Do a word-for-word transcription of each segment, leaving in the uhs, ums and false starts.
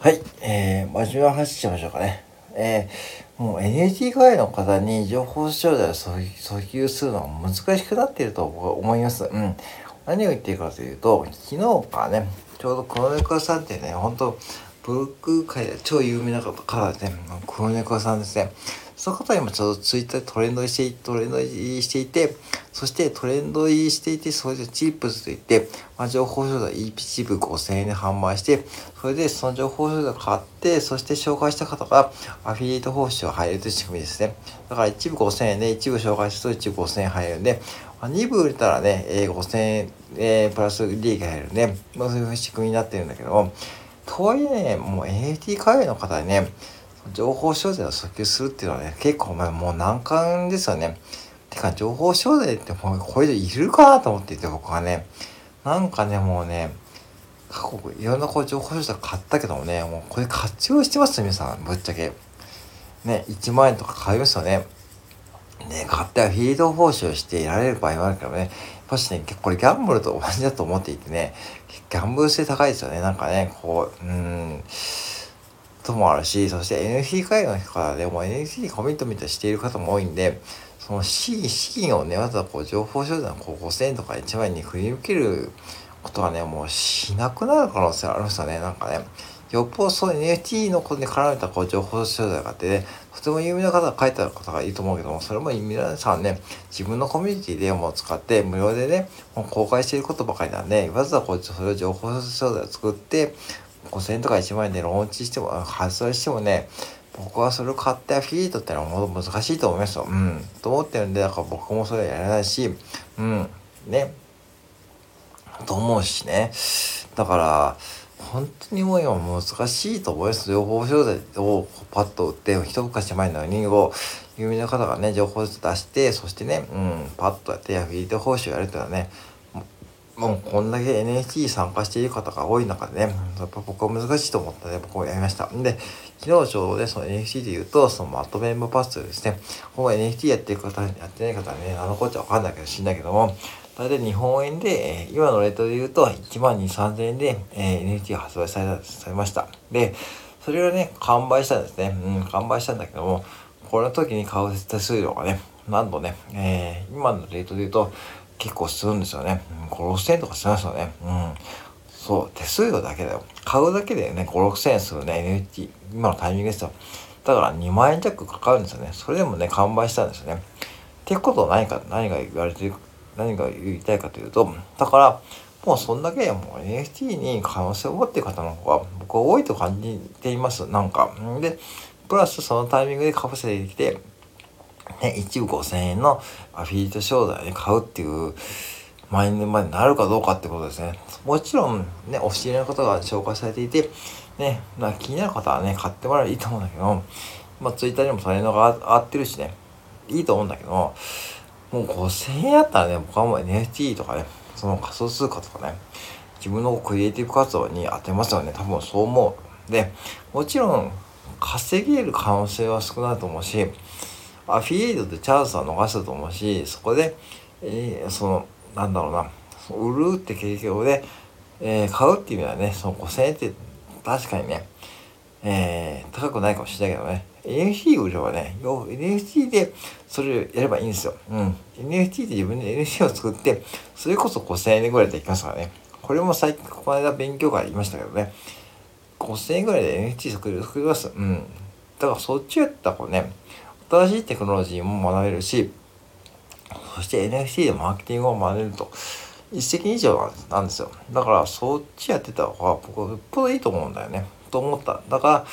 はい、えー、真面目な話しましょうかね。えー、もう エヌエフティー 会員の方に情報商材を訴求するのは難しくなっていると僕は思います。うん。何を言っているかというと、昨日からね、ちょうど黒猫さんってね、本当ブロック界で超有名な方ですね、黒猫さんですね。その方にもちょうどツイッターでトレンドしていトレンド入りしていて、そしてトレンド入りしていて、それでチップスといって、まあ、情報商材 イーピー チップごせんえんで販売して、それでその情報商材を買って、そして紹介した方がアフィリエイト報酬を入るという仕組みですね。だから一部ごせんえんで、一部紹介すると一部ごせんえん入るんで、まあ、に部売れたらね、えー、ごせんえん、えー、プラス利益が入るんで、まあ、そういう仕組みになってるんだけども、とはいえね、もう エヌエフティー 界隈の方にね、情報商材を訴求するっていうのはね、結構まあもう難関ですよね。てか、情報商材ってもうこれでいるかなと思っていて、僕はね。なんかね、もうね、過去いろんなこう情報商材買ったけどもね、もうこれ活用してますよ、皆さん。ぶっちゃけ。ね、いちまん円とか買いますよね。ね、買ってはフィード報酬をして得られる場合もあるけどね、やっぱしね、これギャンブルと同じだと思っていてね、ギャンブル性高いですよね。なんかね、こう、うーん、ともあるし、そして エヌエフティー 海外の方でも エヌエフティー にコミットメントしている方も多いんで、その資金、資金をね、わざわざこう情報商材のこうごせんえんとかいちまん円に振り向けることはね、もうしなくなる可能性ありますよね。なんかね、よっぽどそう エヌエフティー のことに絡めたこう情報商材があってね、とても有名な方が書いてある方がいいと思うけども、それも皆さんね、自分のコミュニティでもう使って無料でね、もう公開していることばかりなんで、わざわざこうそれを情報商材を作って、ごせんえんとかいちまん円でローンチしても、発売してもね、僕はそれを買ってアフィリエイトってのはもう難しいと思いますよ。うん。と思ってるんで、だから僕もそれはやらないし、うん。ね。と思うしね。だから、本当にもう今難しいと思います。情報商材をパッと売って、一昔前のにを有名な方がね、情報を出して、そしてね、うん、パッとやってアフィリエイト報酬やるっていうのはね、もうこんだけ エヌエフティー 参加している方が多い中でね、やっぱ僕は難しいと思ったので、僕もやりました。んで、昨日ちょうどね、その エヌエフティー で言うと、そのマットメンバーパスですね、ここ エヌエフティー やってる方、やってない方はね、何のこっちゃわかんないけど、知んないけども、大体日本円で、えー、今のレートで言うと、いちまんにせんさんぜんえんで、えー、エヌエフティー が発売された、されました。で、それをね、完売したんですね。うん、完売したんだけども、この時に買う手数料がね、なんとね、えー、今のレートで言うと、結構するんですよね。ご、ろくせんえんとかしますよね。うん。そう、手数料だけだよ。買うだけでね、ご、ろくせんえんするね、エヌエフティー、今のタイミングですよ。だからにまん円弱かかるんですよね。それでもね、完売したんですよね。ってことは何か、何が言われてる、何が言いたいかというと、だから、もうそんだけもう エヌエフティー に可能性を持っている方の方が僕は多いと感じています。なんか。で、プラスそのタイミングでかぶせてきて、ね、一部ごせんえんのアフィリエイト商材で買うっていうマインドまでなるかどうかってことですね。もちろんね、お知り合いの方が紹介されていて、ね、まあ、気になる方はね、買ってもらえばいいと思うんだけど、まあ、ツイッターにもトレンドが合ってるしね、いいと思うんだけど、もうごせんえんやったらね、僕はもう エヌエフティー とかね、その仮想通貨とかね、自分のクリエイティブ活動に当てますよね。多分そう思う。で、もちろん稼げる可能性は少ないと思うし、アフィリエイトでチャンスは逃したと思うし、そこで、えー、その、なんだろうな、売るって経験で、えー、買うっていう意味ではね、そのごせんえんって確かにね、えー、高くないかもしれないけどね、エヌエフティー 売ればね、エヌエフティー でそれをやればいいんですよ。うん。エヌエフティー で自分で エヌエフティー を作って、それこそごせんえんぐらいでいきますからね。これも最近、この間勉強会言いましたけどね、ごせんえんぐらいで エヌエフティー 作る、作ります。うん。だからそっちやったらこうね、新しいテクノロジーも学べるし、そして エヌエフティー でマーケティングを学べると、一石二鳥なんですよ。だからそっちやってた方が僕はよっぽどいいと思うんだよね。と思った。だから、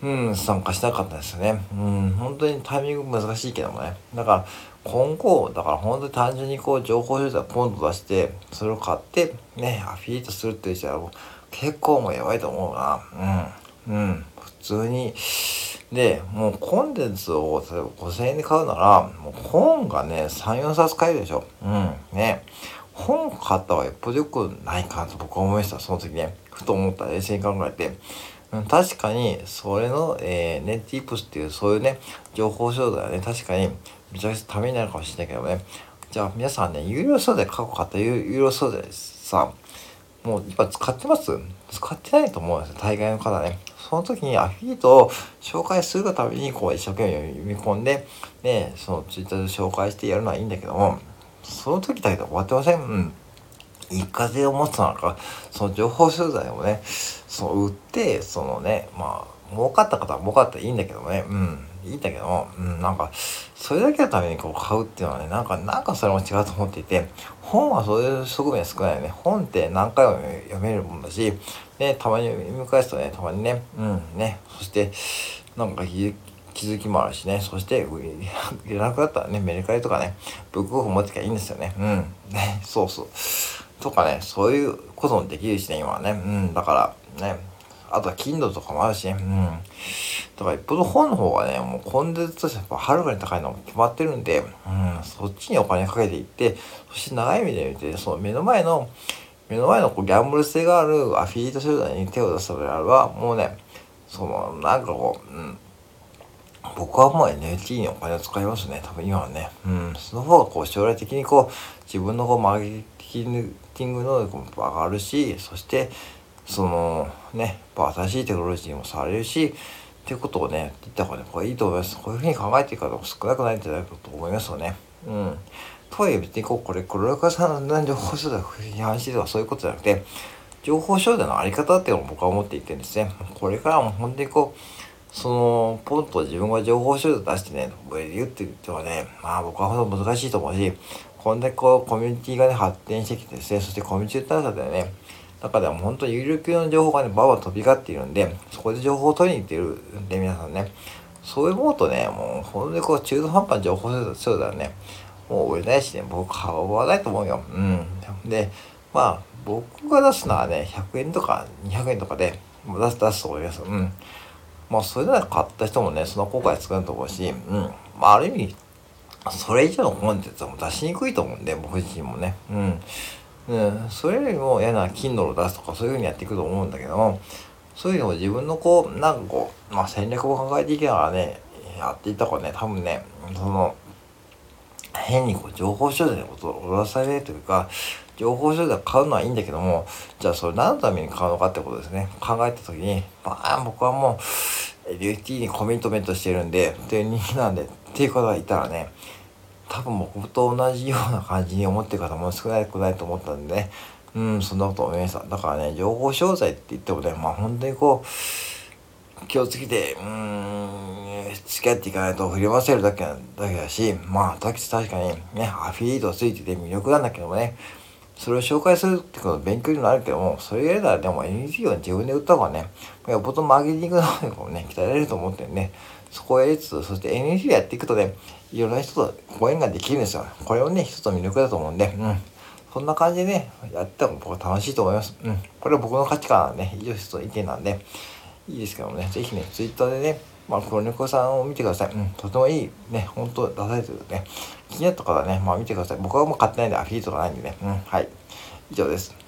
うん、参加しなかったですね。うん、本当にタイミング難しいけどもね。だから今後、だから本当に単純にこう情報商材をポンと出して、それを買って、ね、アフィリエイトするっていう人は結構もうやばいと思うな。うん。うん。普通に、で、もうコンテンツを例えばごせんえんで買うなら、もう本がね、さん、よんさつ買えるでしょ。うん。ね。本買った方がよっぽどよくないかなと僕は思いました。その時ね。ふと思った。冷静に考えて。うん、確かに、それの、えー、ネットイプスっていう、そういうね、情報商材はね、確かに、めちゃくちゃためになるかもしれないけどね。じゃあ、皆さんね、有料商材、過去買った有有料商材さ、 もう今使ってます？使ってないと思うんですよ、大概の方ね。その時にアフィリエイトを紹介するがために、こう一生懸命読み込んで、ね、そのツイッターで紹介してやるのはいいんだけども、その時だけで終わってません？うん。いい風を持つのか、その情報商材をね、そう売って、そのね、まあ、儲かった方は儲かったらいいんだけどもね、うん、いいんだけども、うん、なんか、それだけのためにこう買うっていうのはね、なんか、なんかそれも違うと思っていて、本はそういう側面少ないよね。本って何回も読めるもんだし、ね、たまに読み返すとね、たまにね、うん、ね、そして、なんか気づ気づきもあるしね、そして、いらなくなったらね、メルカリとかね、ブックオフ持ってきゃいいんですよね。うん、ね、そうそう。とかね、そういうこともできるしね、今はね。うん、だからね、あとは Kindle とかもあるしね。うん。だから一方本の方がね、もうコンテンツとしてやっぱはるかに高いのも決まってるんで、うん、そっちにお金かけていって、そして長い目で見て、その目の前の、目の前のこうギャンブル性があるアフィリエイト集団に手を出すのであれば、もうね、その、なんかこう、うん、僕はもう エヌエフティー にお金を使いますね。多分今はね。うん。その方がこう将来的にこう自分のこうマーケティング能力も上がるし、そしてそのね、やっぱ新しいテクノロジーもされるし、っていうことをね、言った方がね、これいいと思います。こういうふうに考えていく方も少なくないんじゃないかと思いますよね。うん。とはいえ別にこう、これ、これからさんの情報商材を批判してとかそういうことじゃなくて、情報商材のあり方っていうのを僕は思っていてですね、これからも本当にこう、その、ポンと自分が情報集団出してね、言って言ってはね、まあ僕は本当難しいと思うし、こんだけこう、コミュニティがね、発展してきてですね、そしてコミュニティ探査ではね、中ではもう本当に有力の情報がね、バーバー飛び交っているんで、そこで情報を取りに行っているんで、皆さんね、そういう思うとね、もう本当にこう、中途半端な情報集団ね、もう売れないしね、僕買わないと思うよ。うん。で、まあ、僕が出すのはね、ひゃくえんとかにひゃくえんとかで、もう出す、出すと思います。うん。まあ、それなら買った人もね、その後悔作ると思うし、うん。まあ、ある意味、それ以上のコンテンツはもう出しにくいと思うんで、僕自身もね。うん。うん。それよりも嫌な Kindle を出すとか、そういう風にやっていくと思うんだけども、そういうのを自分のこう、なんかこう、まあ、戦略を考えていきながらね、やっていった方がね、多分ね、その、変にこう情報商材のことを踊らされるというか、情報商材を買うのはいいんだけども、じゃあそれ何のために買うのかってことですね。考えたときに、まあ僕はもう、エルエフティー にコミットメントしてるんで、っていう人気なんで、っていう方がいたらね、多分僕と同じような感じに思ってる方も少なくないと思ったんでね、うん、そんなこと思いました。だからね、情報商材って言ってもね、まあ本当にこう、気をつけて、うーん、付き合っていかないと振り回せるだけだけだし、まあ、確かにね、アフィリエイトがついてて魅力なんだけどもね、それを紹介するってこと勉強にもなるけども、それやれたらでも エヌエフティー を自分で売った方がね、よっぽどマーケティング能力もね、鍛えられると思ってるんで、そこをやりつつ、そして エヌエフティー やっていくとね、いろんな人とご縁ができるんですよ。これをね、一つの魅力だと思うんで、うん。そんな感じでね、やっても僕は楽しいと思います。うん。これは僕の価値観なんで、ね、以上一つの意見なんで、いいですけどもね、ぜひね、ツイッターでね、まあ、黒猫さんを見てください。うん、とてもいい、ね、本当出されてるね。気になった方はね、まあ見てください。僕はもう買ってないんで、アフィリエイトがないんでね。うん、はい。以上です。